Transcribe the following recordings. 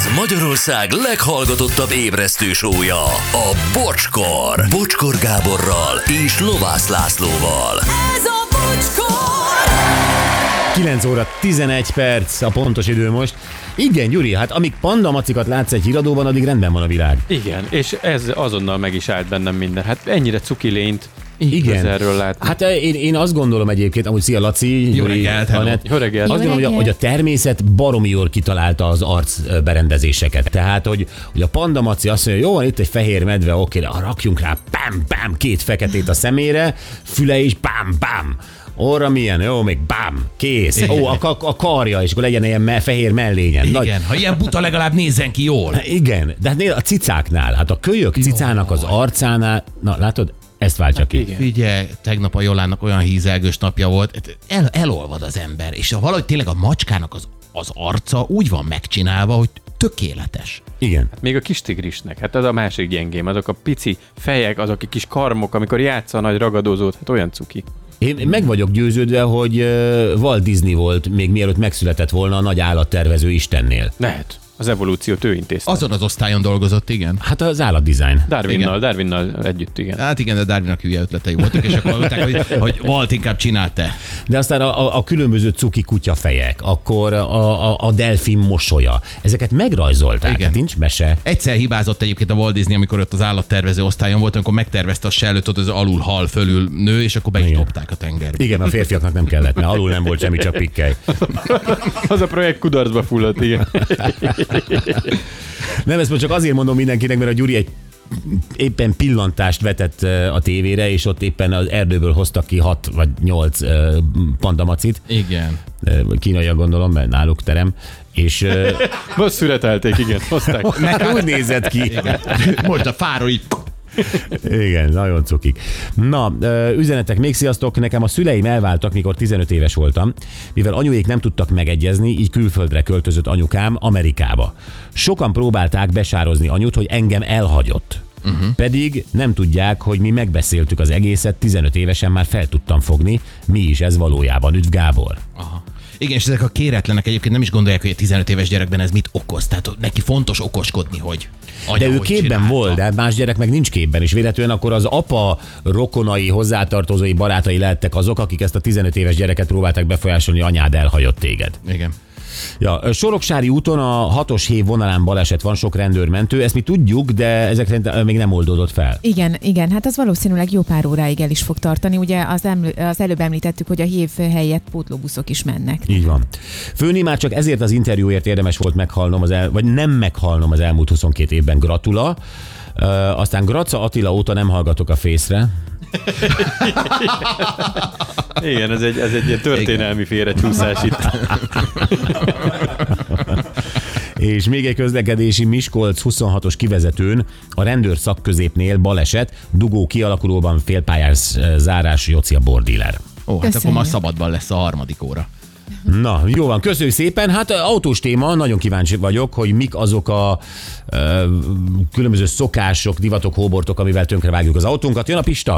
Ez Magyarország leghallgatottabb ébresztő show-ja, a Bocskor. Bocskor Gáborral és Lovász Lászlóval. Ez a Bocskor! 9 óra 11 perc a pontos idő most. Igen, Gyuri, hát amíg Panda Macikat látsz egy híradóban, addig rendben van a világ. Igen, és ez azonnal meg is állt bennem minden. Hát ennyire cuki lényt. Igen. Erről látni. Hát én azt gondolom egyébként, amúgy szia Laci, Jó reggelt, Jó reggelt. Azt gondolom, hogy a természet baromi jól kitalálta az arcberendezéseket. Tehát, hogy a Panda Maci azt mondja, jó, van itt egy fehér medve, oké, de rakjunk rá, bám, 2 feketét a szemére, füle is, bám. Orra milyen, jó, még bám, kész. Ó, a karja, és akkor legyen ilyen fehér mellényen. Igen, ha ilyen buta, legalább nézzen ki jól. Igen, de hát a cicáknál, hát a kölyök cicának az arcánál, na látod, ezt váltsa ki. Figyelj, tegnap a Jolának olyan hízelgős napja volt, elolvad az ember, és valahogy tényleg a macskának az arca úgy van megcsinálva, hogy tökéletes. Igen. Hát még a kis tigrisnek, hát az a másik gyengém, azok a pici fejek, azok a kis karmok, amikor játsza a nagy ragadozót, hát olyan cuki. Én meg vagyok győződve, hogy Walt Disney volt, még mielőtt megszületett volna a nagy állattervező istennél. Lehet. Az evolúciót ő intézte. Azon az osztályon dolgozott, igen. Hát az állatdesign. Darwinnal együtt, igen. Hát igen, de Darwinnak hülye ötletei voltak, és akkor mondták, hogy Walt inkább csinált te. De aztán a különböző cuki kutyafejek, akkor a delfin mosolya, ezeket megrajzolták. Igen. Hát nincs mese. Egyszer hibázott egyébként a Walt Disney, amikor ott az állattervező osztályon volt, amikor megtervezte a sellőt, ott az alul hal, fölül nő, és akkor be is dobták a tengerbe. Igen, a férfiaknak nem kellett, mert alul nem volt semmi, csak pikkely. Az a projekt kudarcba fulladt, igen. Nem, ezt most csak azért mondom mindenkinek, mert a Gyuri éppen pillantást vetett a tévére, és ott éppen az erdőből hoztak ki 6 vagy 8 pandamacit. Igen. Kínaiak gondolom, mert náluk terem. És most születelték, igen, hozták. Nekem úgy nézett ki. Igen. Most a fáról így... Igen, nagyon cukik. Na, üzenetek még, sziasztok! Nekem a szüleim elváltak, mikor 15 éves voltam, mivel anyuék nem tudtak megegyezni, így külföldre költözött anyukám Amerikába. Sokan próbálták besározni anyut, hogy engem elhagyott. Pedig nem tudják, hogy mi megbeszéltük az egészet, 15 évesen már fel tudtam fogni, mi is ez valójában. Üdv Gábor! Aha. Igen, és ezek a kéretlenek egyébként nem is gondolják, hogy a 15 éves gyerekben ez mit okoz. Tehát neki fontos okoskodni, hogy de ő képben csinálta. Volt, de más gyerek meg nincs képben, és véletlenül akkor az apa rokonai, hozzátartozói, barátai lehettek azok, akik ezt a 15 éves gyereket próbálták befolyásolni, anyád elhagyott téged. Igen. Ja, Soroksári úton a 6-os hév vonalán baleset van, sok rendőrmentő, ezt mi tudjuk, de ezek szerint még nem oldódott fel. Igen, hát az valószínűleg jó pár óráig el is fog tartani. Ugye az előbb említettük, hogy a hév helyett pótlóbuszok is mennek. Így van. Főni már csak ezért az interjúért érdemes volt meghalnom, vagy nem meghalnom az elmúlt 22 évben, gratula. Aztán Graca Attila óta nem hallgatok a Face-re. Igen, ez egy ilyen történelmi félrecsúszás itt. És még egy közlekedési Miskolc 26-os kivezetőn a rendőr szakközépnél baleset, dugó kialakulóban félpályás zárás, Joci a bordíler. Ó, hát akkor már szabadban lesz a 3. óra. Na, jó van, köszönjük szépen. Hát autós téma, nagyon kíváncsi vagyok, hogy mik azok a különböző szokások, divatok, hóbortok, amivel tönkrevágjuk az autónkat. Jön a Pista!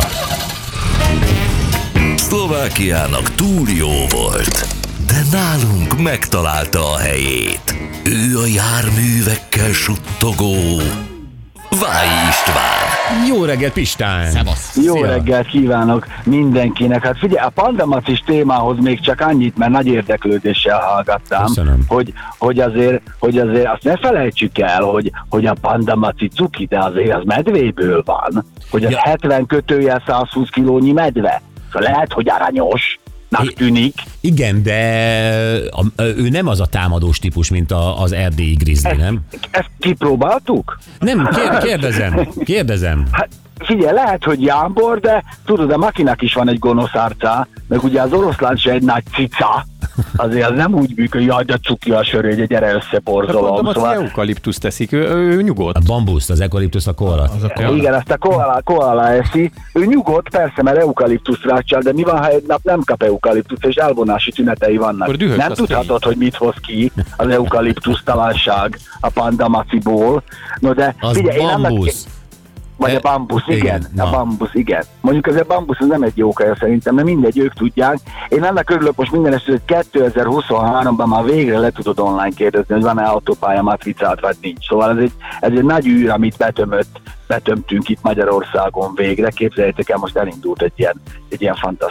Szlovákiának túl jó volt, de nálunk megtalálta a helyét. Ő a járművekkel suttogó Váj István. Jó reggelt, Pistán! Szevasz! Jó Szia. reggelt kívánok mindenkinek. Hát figyelj, a pandamacis témához még csak annyit, mert nagy érdeklődéssel hallgattam, hogy azért azt ne felejtsük el, hogy a pandamaci cuki, de azért az medvéből van, hogy az 70-120 kilónyi medve. Szóval lehet, hogy aranyos. Tűnik. Igen, de ő nem az a támadós típus, mint az erdélyi grizzly, nem? Ezt kipróbáltuk? Nem, kérdezem. Hát figyelj, lehet, hogy jámbor, de tudod, a Makinak is van egy gonosz arca, meg ugye az oroszlán se egy nagy cica. Azért az nem úgy működik, hogy a cuki a sörő, hogy gyere összeporzolom. Mondom, az eukaliptuszt teszik, ő nyugodt. A bambuszt, az eukaliptuszt, a koala. Igen, ezt a koala eszi. Ő nyugodt, persze, mert eukaliptuszt rácsál, de mi van, ha egy nap nem kap eukaliptuszt, és elvonási tünetei vannak. Nem tudhatod, hogy mit hoz ki az eukaliptusztalanság a pandamaciból. No de az figyelj, bambusz. Vagy a bambusz, igen. Na. A bambusz, igen. Mondjuk ez a bambusz nem egy jó kaja szerintem, mert mindegy, ők tudják. Én annak örülök most minden esetben, hogy 2023-ban már végre le tudod online kérdezni, hogy van-e autópálya matricát, vagy nincs. Szóval ez egy nagy űr, amit betömtünk itt Magyarországon végre. Képzeljétek el, most elindult egy ilyen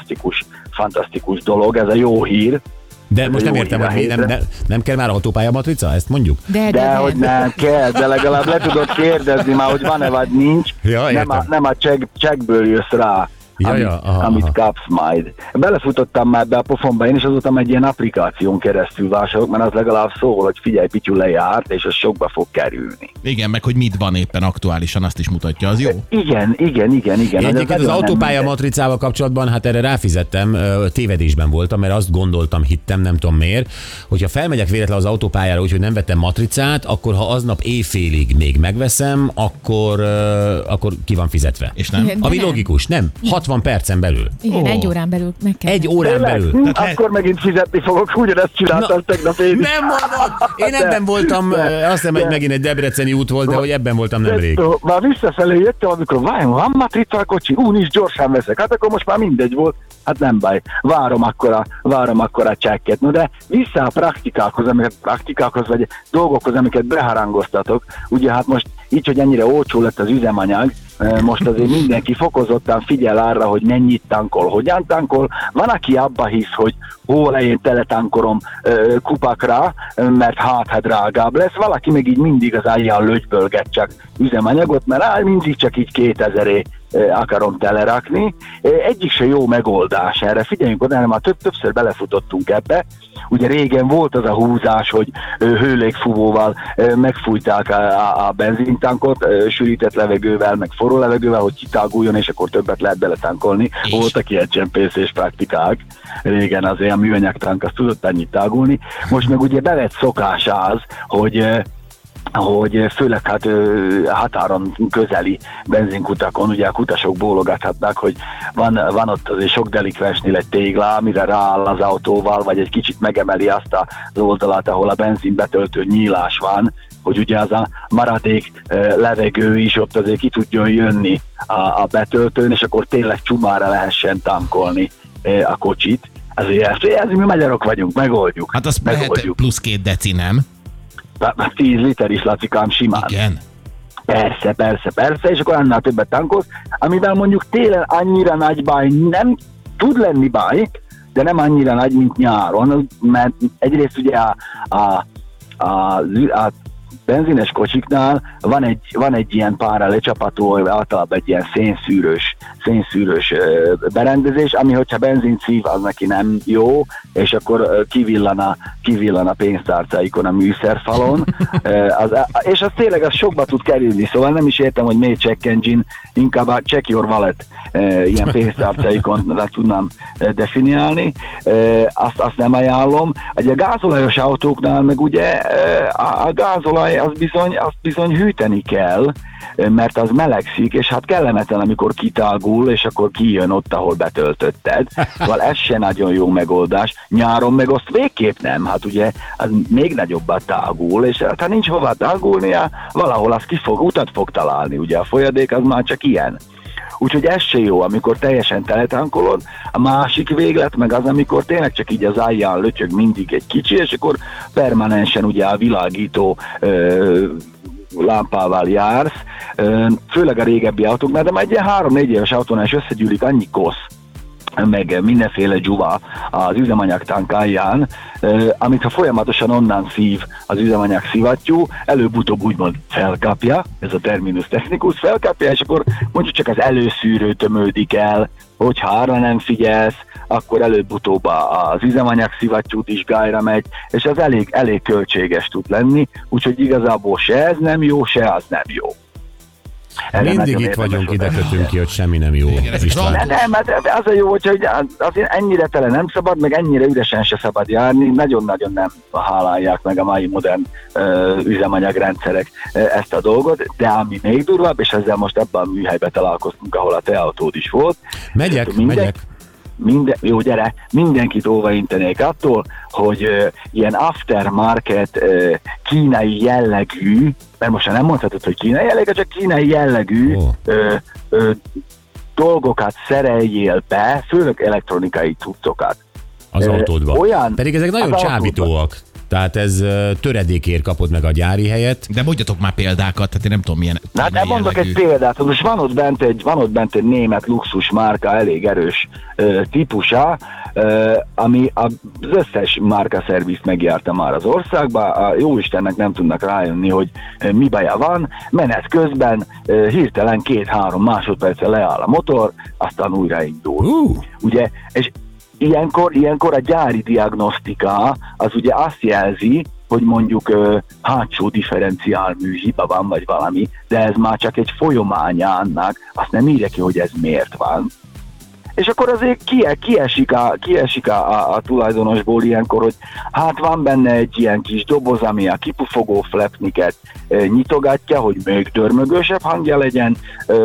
fantasztikus dolog, ez a jó hír. De most nem értem, hogy nem kell már autópálya matrica, ezt mondjuk? De hogy nem kell, de legalább le tudod kérdezni már, hogy van-e vagy nincs. Ja, nem a csekkből jössz rá, amit kapsz majd. Belefutottam már be a pofonba, én is azóta egy ilyen applikáción keresztül vásárolok, mert az legalább szól, hogy figyelj, Pityu lejárt, és az sokba fog kerülni. Igen, meg hogy mit van éppen aktuálisan, azt is mutatja, az jó? Igen. Egyébként az autópálya matricával kapcsolatban, hát erre ráfizettem, tévedésben voltam, mert azt gondoltam, hittem, nem tudom miért, hogyha felmegyek véletlenül az autópályára, úgyhogy nem vettem matricát, akkor ha aznap éjfélig még megveszem, akkor ki van fizetve. És nem? Igen, Ami nem. logikus, nem. 60 percen belül. Igen, 1 órán belül meg kell. 1 órán belül. Akkor megint fizetni fogok, ugyanezt csináltam tegnap én. Nem mondod! Én ebben voltam, azt hiszem, hogy megint egy debreceni út volt, de hogy ebben voltam nemrég. Már visszafelé jöttem, amikor van matrica a kocsi, nincs, gyorsan veszek. Hát akkor most már mindegy volt. Hát nem baj, várom akkor a csekket. No de vissza a praktikákhoz, vagy dolgokhoz, amiket beharangoztatok. Ugye hát most így, hogy ennyire olcsó lett az üzemanyag, most azért mindenki fokozottan figyel arra, hogy mennyit tankol, hogyan tankol. Van, aki abba hisz, hogy én teletankolom kupakra, mert hát drágább lesz. Valaki meg így mindig az ágyjal lögybölget csak üzemanyagot, mert mindig csak így 2000-é akarom telerakni. Egyik se jó megoldás erre. Figyeljünk oda, mert már többször belefutottunk ebbe. Ugye régen volt az a húzás, hogy hőlégfúvóval megfújták a benzintankot, sűrített levegővel, meg forró levegővel, hogy kitáguljon, és akkor többet lehet beletankolni. Voltak ilyen csempészés praktikák. Régen azért a műanyag tank az tudott annyit tágulni. Most meg ugye bevett szokás az, hogy főleg hát határon közeli benzinkutakon, ugye a kutasok bólogathatnak, hogy van ott azért sok delikvensnél egy tégla, amire rááll az autóval, vagy egy kicsit megemeli azt az oldalát, ahol a benzin betöltő nyílás van, hogy ugye az a maradék levegő is ott azért ki tudjon jönni a betöltőn, és akkor tényleg csumára lehessen tankolni a kocsit. Ezért mi magyarok vagyunk, megoldjuk. Hát az lehet plusz 2 deci, nem? 10 liter is, Lacikám, simán. Igen. Persze, és akkor annál többet tankolsz, amivel mondjuk télen annyira nagy baj nem tud lenni baj, de nem annyira nagy, mint nyáron, mert egyrészt ugye a benzines kocsiknál van egy ilyen párra lecsapató, általában egy ilyen szénszűrős berendezés, ami hogyha benzin szív, az neki nem jó, és akkor kivillan a pénztárcáikon a műszerfalon, és az tényleg az sokba tud kerülni, szóval nem is értem, hogy miért check engine, inkább a check your wallet ilyen pénztárcáikon tudnám definiálni, azt nem ajánlom. Ugye a gázolajos autóknál meg ugye a gázolaj azt bizony hűteni kell, mert az melegszik, és hát kellemetlen, amikor kitágul, és akkor kijön ott, ahol betöltötted. Szóval ez se nagyon jó megoldás. Nyáron meg azt végképp nem, hát ugye az még nagyobbat tágul, és hát ha nincs hova tágulnia, valahol az utat fog találni, ugye a folyadék az már csak ilyen. Úgyhogy ez se jó, amikor teljesen teletankolod. A másik véglet meg az, amikor tényleg csak így az ágyján lötyög mindig egy kicsi, és akkor permanensen ugye a világító lámpával jársz, főleg a régebbi autóknál, de már egy ilyen 3-4 éves autónál is összegyűlik annyi kosz, meg mindenféle dzsuva az üzemanyag tankáján, amit ha folyamatosan onnan szív az üzemanyag szivattyú, előbb-utóbb úgymond felkapja, ez a terminus technicus, felkapja, és akkor mondjuk csak az előszűrő tömődik el, hogyha arra nem figyelsz, akkor előbb-utóbb az üzemanyag szivattyút is gályra megy, és az elég költséges tud lenni, úgyhogy igazából se ez nem jó, se az nem jó. Mindig itt vagyunk, ide kötünk ki, hogy semmi nem jó. Nem, az a jó, hogy azért ennyire tele nem szabad, meg ennyire üresen se szabad járni, nagyon-nagyon nem hálálják meg a mai modern üzemanyagrendszerek ezt a dolgot, de ami még durvább, és ezzel most ebben a műhelyben találkoztunk, ahol a te autód is volt. Megyek. jó gyere, mindenkit óvaintenék attól, hogy ilyen aftermarket kínai jellegű, mert most nem mondhatod, hogy kínai jellegű, csak kínai jellegű dolgokat szereljél be, főleg elektronikai cuccokat. Az autódba. Pedig ezek nagyon csábítóak. Tehát ez töredékért kapod meg a gyári helyet. De mondjatok már példákat, tehát én nem tudom milyen. Hát nem mondok egy példát, most van ott bent egy német luxus márka, elég erős típusa, ami az összes márkaszervizt megjárta már az országba, a jóistennek nem tudnak rájönni, hogy mi baja van, menet közben hirtelen 2-3 másodperccel leáll a motor, aztán újraindul. Ugye, és Ilyenkor a gyári diagnosztika az ugye azt jelzi, hogy mondjuk hátsó differenciálmű hiba van, vagy valami, de ez már csak egy folyamánya annak, azt nem írja ki, hogy ez miért van. És akkor azért kiesik a tulajdonosból ilyenkor, hogy hát van benne egy ilyen kis doboz, ami a kipufogó flepniket nyitogatja, hogy még dörmögősebb hangja legyen,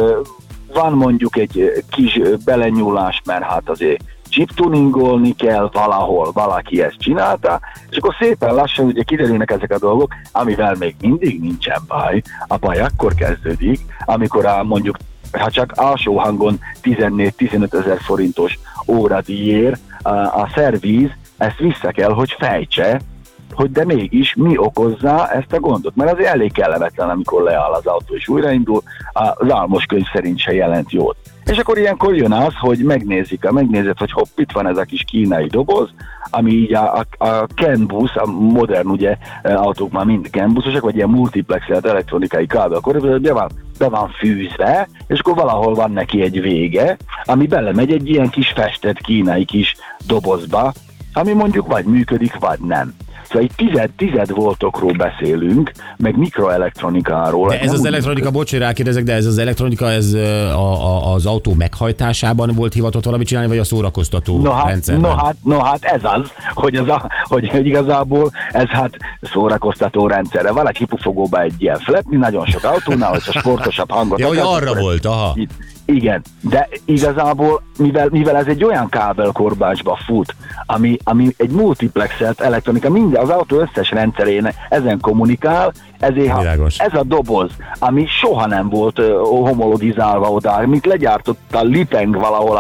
van mondjuk egy kis belenyúlás, mert hát azért chiptuningolni kell valahol, valaki ezt csinálta, és akkor szépen lassan ugye kiderülnek ezek a dolgok, amivel még mindig nincsen baj. A baj akkor kezdődik, amikor mondjuk, ha csak alsó hangon 14-15 ezer forintos óradíjért a szerviz ezt vissza kell, hogy fejtse, hogy de mégis mi okozza ezt a gondot. Mert azért elég kellemetlen, amikor leáll az autó és újraindul, az álmos könyv szerint se jelent jót. És akkor ilyenkor jön az, hogy megnézed, hogy hopp, itt van ez a kis kínai doboz, ami így a CAN busz, a modern ugye autók már mind CAN buszosak, vagy ilyen multiplexelt elektronikai kábel, akkor be van fűzve, és akkor valahol van neki egy vége, ami belemegy egy ilyen kis festett kínai kis dobozba, ami mondjuk vagy működik, vagy nem. Szóval itt 10 voltokról beszélünk, meg mikroelektronikáról. De ez az elektronika, bocs, hogy rákérdezek, de ez az elektronika, ez az autó meghajtásában volt hivatott valamit csinálni, vagy a szórakoztató rendszerben? No hát ez az, hogy igazából ez hát szórakoztató rendszerre. Van egy kipufogóba egy ilyen flepni, nagyon sok autónál, hogy a sportosabb hangot. Ja, hogy arra volt, aha. Igen, de igazából, mivel ez egy olyan kábelkorbácsba fut, ami egy multiplexelt elektronika, minden az autó összes rendszerén ezen kommunikál, ezért ez a doboz, ami soha nem volt homologizálva oda, mint legyártott a Lipeng valahol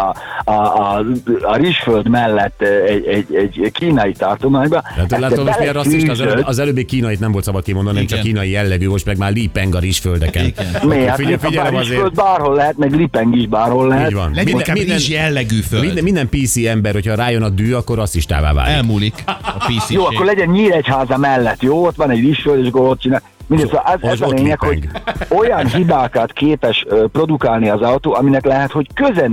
a rizsföld mellett egy kínai tartományba. Látod, most milyen rasszista, az előbbi kínait nem volt szabad kimondani, nem csak kínai jellegű, most meg már Lipeng a rizsföldeken. Figyelem azért. Rizsföld bárhol lehet, meg Lipeng is bárhol lehet. Így van. Legyen inkább rizs jellegű föld. Minden PC ember, hogyha rájön a dű, akkor rasszistává válik. Elmúlik a PC-ség. Jó, akkor legyen Nyíregyháza mellett, jó? Ott van egy rizsföld, és akkor ott csinál. Ez a lényeg, hogy olyan hibákat képes produkálni az autó, aminek lehet, hogy köze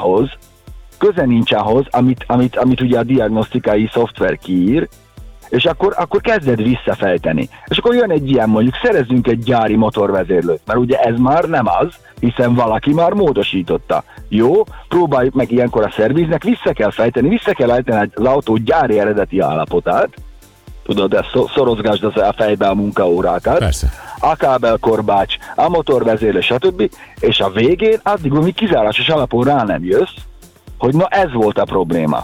nincs ahhoz, amit ugye a diagnosztikai szoftver kiír, és akkor kezded visszafejteni. És akkor jön egy ilyen, mondjuk szerezzünk egy gyári motorvezérlőt, mert ugye ez már nem az, hiszen valaki már módosította. Jó, próbáljuk meg ilyenkor a szerviznek, vissza kell fejteni az autó gyári eredeti állapotát, tudod, de szorozgasd a fejbe a munkaórákat, persze. A kábelkorbács, a motorvezérlő, stb. És a végén, addig, amíg kizárásos alapon rá nem jössz, hogy na ez volt a probléma.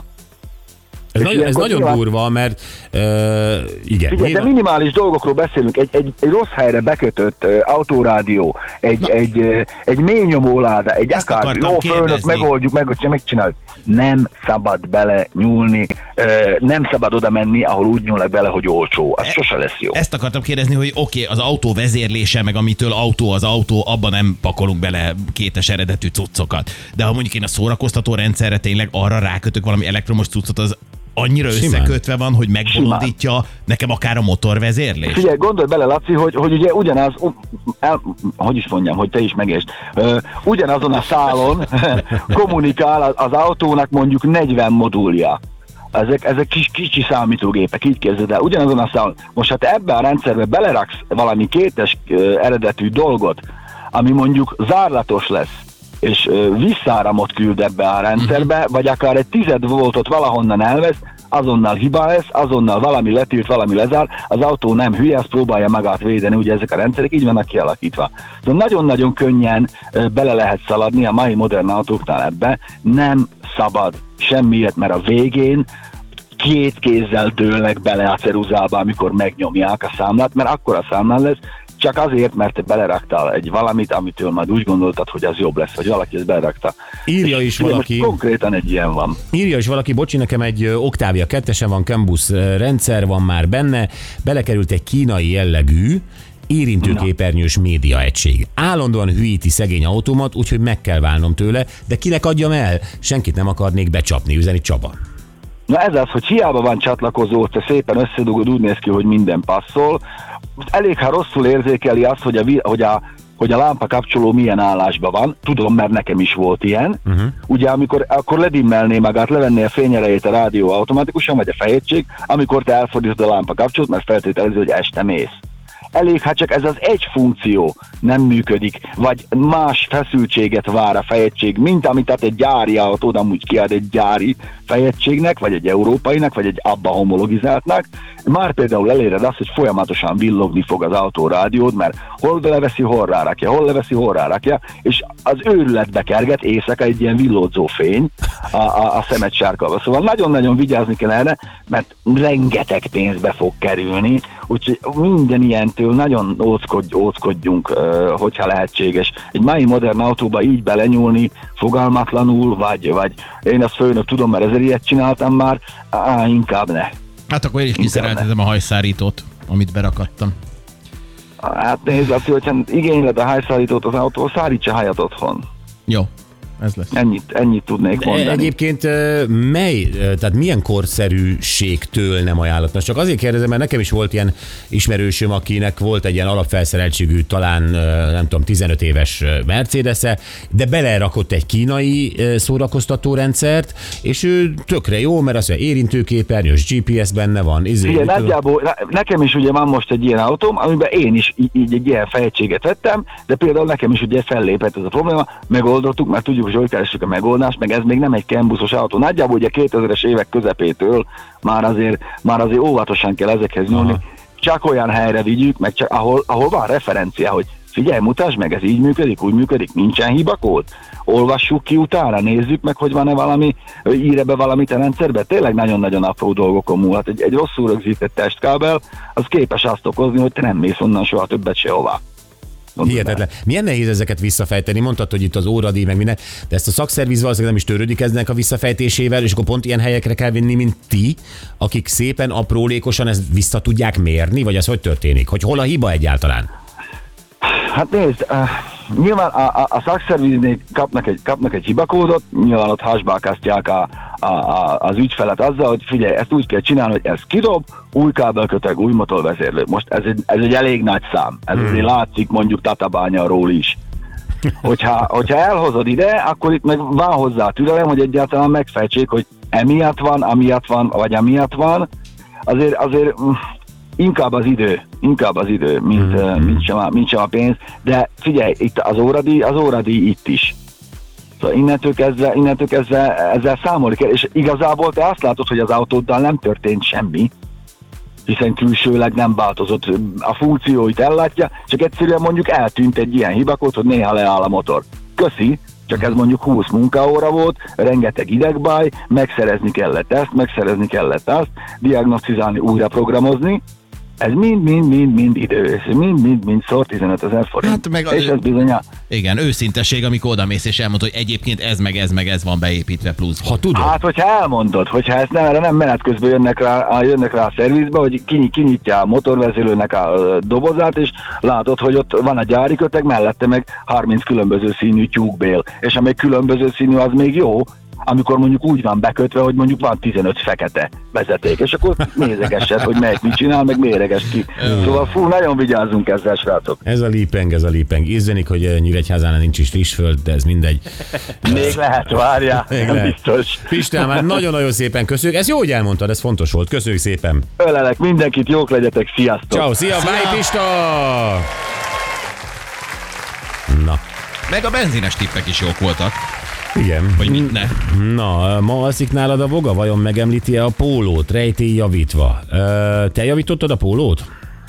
Ez nagyon durva, mert igen. Figyelj, de minimális dolgokról beszélünk, egy rossz helyre bekötött autórádió, egy mély nyomóláda, egy akár jó földöt megoldjuk, megcsináljuk. Nem szabad bele nyúlni, nem szabad oda menni, ahol úgy nyúlnak bele, hogy olcsó. Az sose lesz jó. Ezt akartam kérdezni, hogy oké, az autó vezérlése, meg amitől autó az autó, abban nem pakolunk bele kétes eredetű cuccokat. De ha mondjuk én a szórakoztató rendszerre tényleg arra rákötök valami elektromos cuccot, az annyira összekötve van, hogy megbolondítja nekem akár a motorvezérlés. Figyelj, gondolj bele, Laci, hogy ugye ugyanaz, hogy is mondjam, hogy te is megértsd, ugyanazon a szálon kommunikál az autónak mondjuk 40 modulja. Ezek kicsi számítógépek, így képzeld el, ugyanazon a szálon. Most ha te ebbe a rendszerbe beleraksz valami kétes eredetű dolgot, ami mondjuk zárlatos lesz, és visszáramot küld ebbe a rendszerbe, vagy akár egy 10 voltot valahonnan elvesz, azonnal hiba lesz, azonnal valami letilt, valami lezár, az autó nem hülye, azt próbálja magát védeni, ugye ezek a rendszerek így vannak kialakítva. De nagyon-nagyon könnyen bele lehet szaladni a mai modern autóknál ebbe, nem szabad semmiért, mert a végén 2 kézzel dőlnek bele a ceruzába, amikor megnyomják a számlát, mert akkor a számlán lesz, csak azért, mert te beleraktál egy valamit, amitől majd úgy gondoltad, hogy az jobb lesz, vagy valaki ezt belerakta. Írja is valaki. Konkrétan egy ilyen van. Írja is valaki, bocsi, nekem egy Octavia 2-esen van, CAN-bus rendszer van már benne, belekerült egy kínai jellegű, érintőképernyős médiaegység. Állandóan hülyíti szegény autómat, úgyhogy meg kell válnom tőle, de kinek adjam el? Senkit nem akarnék becsapni, üzeni Csaba. Na ez az, hogy hiába van csatlakozó, te szépen összedugod, úgy néz ki, hogy minden passzol. Elég, ha rosszul érzékeli azt, hogy a lámpa kapcsoló milyen állásban van. Tudom, mert nekem is volt ilyen. Ugye, akkor ledimmelné magát, levenné a fényerejét a rádió automatikusan, vagy a fejegység, amikor te elfordítod a lámpa kapcsolót, mert feltételezi, hogy este mész. Elég, ha csak ez az egy funkció nem működik, vagy más feszültséget vár a fejegység, mint amit tehát egy gyári autó amúgy kiad egy gyári fejegységnek, vagy egy európainak, vagy egy abba homologizáltnak, már például eléred azt, hogy folyamatosan villogni fog az autórádiód, mert hol leveszi, hol rárakja, és az őrületbe kerget éjszaka egy ilyen villódzó fény a szemed sárkalva. Szóval nagyon-nagyon vigyázni kell erre, mert rengeteg pénzbe fog kerülni, úgyhogy minden ilyentől nagyon óckodjunk, hogyha lehetséges. Egy mai modern autóba így belenyúlni fogalmatlanul, vagy én azt főnök tudom, mert ezért ilyet csináltam már, inkább ne. Hát akkor én is kiszereltetem a hajszárítót, amit berakadtam. Hát nézd, azt, hogyha igényled a hajszárítót az autó, szárítsa hajat otthon. Jó. Ez lesz. Ennyit tudnék mondani. Egyébként tehát milyen korszerűségtől nem ajánlatna? Csak azért kérdezem, mert nekem is volt ilyen ismerősöm, akinek volt egy ilyen alapfelszereltségű, talán nem tudom, 15 éves Mercedes-e, de belerakott egy kínai szórakoztatórendszert, és ő tökre jó, mert az érintőképernyős GPS benne van. Igen, nagyjából nekem is ugye van most egy ilyen autóm, amiben én is így egy ilyen fejegységet vettem, de például nekem is ugye fellépett ez a probléma, megoldottuk, mert tudjuk, hogy keressük a megoldást, meg ez még nem egy CAN-buszos autó. Nagyjából ugye 2000-es évek közepétől már azért óvatosan kell ezekhez nyúlni. Csak olyan helyre vigyük, meg csak ahol van referencia, hogy figyelj, mutasd meg, ez így működik, úgy működik, nincsen hibakód. Olvassuk ki utána, nézzük meg, hogy van-e valami, ír-e be valamit a rendszerbe. Tényleg nagyon-nagyon apró dolgokon múlhat. Egy rosszul rögzített testkábel, az képes azt okozni, hogy te nem mész onnan soha többet sehová. Hihetetlen. Milyen nehéz ezeket visszafejteni? Mondtad, hogy itt az óradíj, meg minden, de ezt a szakszerviz valószínűleg nem is törődik eznek a visszafejtésével, és akkor pont ilyen helyekre kell vinni, mint ti, akik szépen aprólékosan ezt vissza tudják mérni, vagy ez hogy történik? Hogy hol a hiba egyáltalán? Hát nézd, nyilván a szakszerviznél kapnak egy hibakódot, nyilván ott hasbálkáztják az ügyfelet azzal, hogy figyelj, ezt úgy kell csinálni, hogy ez kidob, új kábelköteg, új motorvezérlő. Most ez egy elég nagy szám. Ez azért látszik mondjuk Tatabányáról is. Hogyha elhozod ide, akkor itt meg van hozzá türelem, hogy egyáltalán megfejtsék, hogy emiatt van, vagy amiatt van. Azért inkább az idő, mint sem a pénz, de figyelj, itt az óradíj itt is. Szóval innentől kezdve ezzel számolni kell, és igazából te azt látod, hogy az autóddal nem történt semmi, hiszen külsőleg nem változott, a funkcióit ellátja, csak egyszerűen mondjuk eltűnt egy ilyen hibakód, hogy néha leáll a motor. Köszi, csak ez mondjuk 20 munkaóra volt, rengeteg idegbáj, megszerezni kellett azt, diagnosztizálni, újra programozni. Ez mind idő, ez mind szor 15 000 forint. Hát meg és ez bizony. Igen, őszintesség, amikor odamész és elmondod, hogy egyébként ez meg ez van beépítve plusz. Ha tudod. Hát, hogyha elmondod, hogyha ezt nem menet közben jönnek rá a szervizbe, hogy kinyitja a motorvezérlőnek a dobozát, és látod, hogy ott van a gyári köteg, mellette meg 30 különböző színű tyúkbél. És amelyik különböző színű, az még jó, amikor mondjuk úgy van bekötve, hogy mondjuk van 15 fekete vezeték, és akkor nézegessed, hogy melyik mit csinál, meg méreges ki. Szóval nagyon vigyázzunk ezzel, srácok. Ez a lipeng. Ízzenik, hogy Nyíregyházánál nincs is frissföld, de ez mindegy. Még lehet, várjál, biztos. Pistán, már nagyon-nagyon szépen köszönjük. Ez jó, hogy elmondtad, ez fontos volt. Köszönjük szépen. Ölelek mindenkit, jók legyetek, sziasztok! Ciao, szia, bye Pista! Na. Meg a benzines tippek is jók voltak. Igen. Vagy mit ne? Na, ma alszik nálad a voga? Vajon megemlíti-e a pólót? Rejtély javítva. Te javítottad a pólót?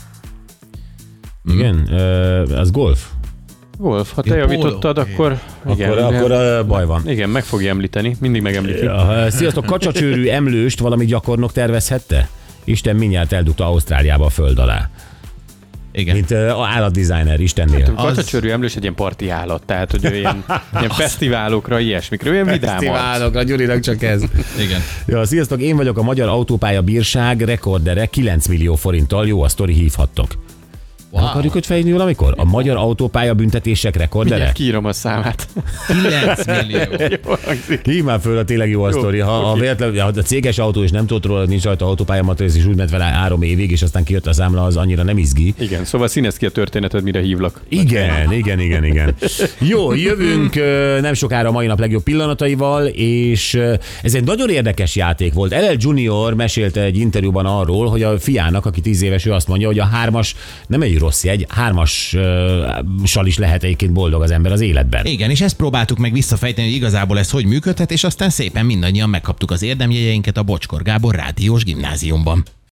Igen? Az golf? Golf, ha te javítottad, akkor... Igen, akkor baj van. Igen, meg fogja említeni, mindig megemlíti. Sziasztok, kacsacsőrű emlőst valami gyakornok tervezhette? Isten mindjárt eldugta Ausztráliába a föld alá. Igen. Mint állatdesigner, Istennél. A kacsacsőrű emlős egy ilyen parti állat, tehát hogy ő ilyen fesztiválokra, ilyesmikre, olyan vidámat. Fesztiválokra, Gyurinak csak ez. Igen. Ja, sziasztok, én vagyok a Magyar Autópálya Bírság rekordere, 9 millió forinttal, jó a sztori, hívhattok. Wow. Nem akarjuk őt fejlődni valamikor? A Magyar Autópálya büntetések rekordere? Mindjárt kiírom a számát. 9 millió. Hív már föl, a tényleg jó a sztori. Ha a céges autó és nem tudott róla, nincs rajta autópályamatrész, és úgy ment vele 3 évig, és aztán kijött a számla, az annyira nem izgi. Igen, szóval színezd ki a történetet, mire hívlak. Igen. Jó, jövünk nem sokára a mai nap legjobb pillanataival, és ez egy nagyon érdekes játék volt. LL Junior mesélte egy interjúban arról, hogy a fiának, aki 10 éves, ő azt mondja, hogy a 3-as nem egy rossz jegy, 3-assal is lehet egyébként boldog az ember az életben. Igen, és ezt próbáltuk meg visszafejteni, hogy igazából ez hogy működhet, és aztán szépen mindannyian megkaptuk az érdemjegyeinket a Bocskor Gábor Rádiós Gimnáziumban.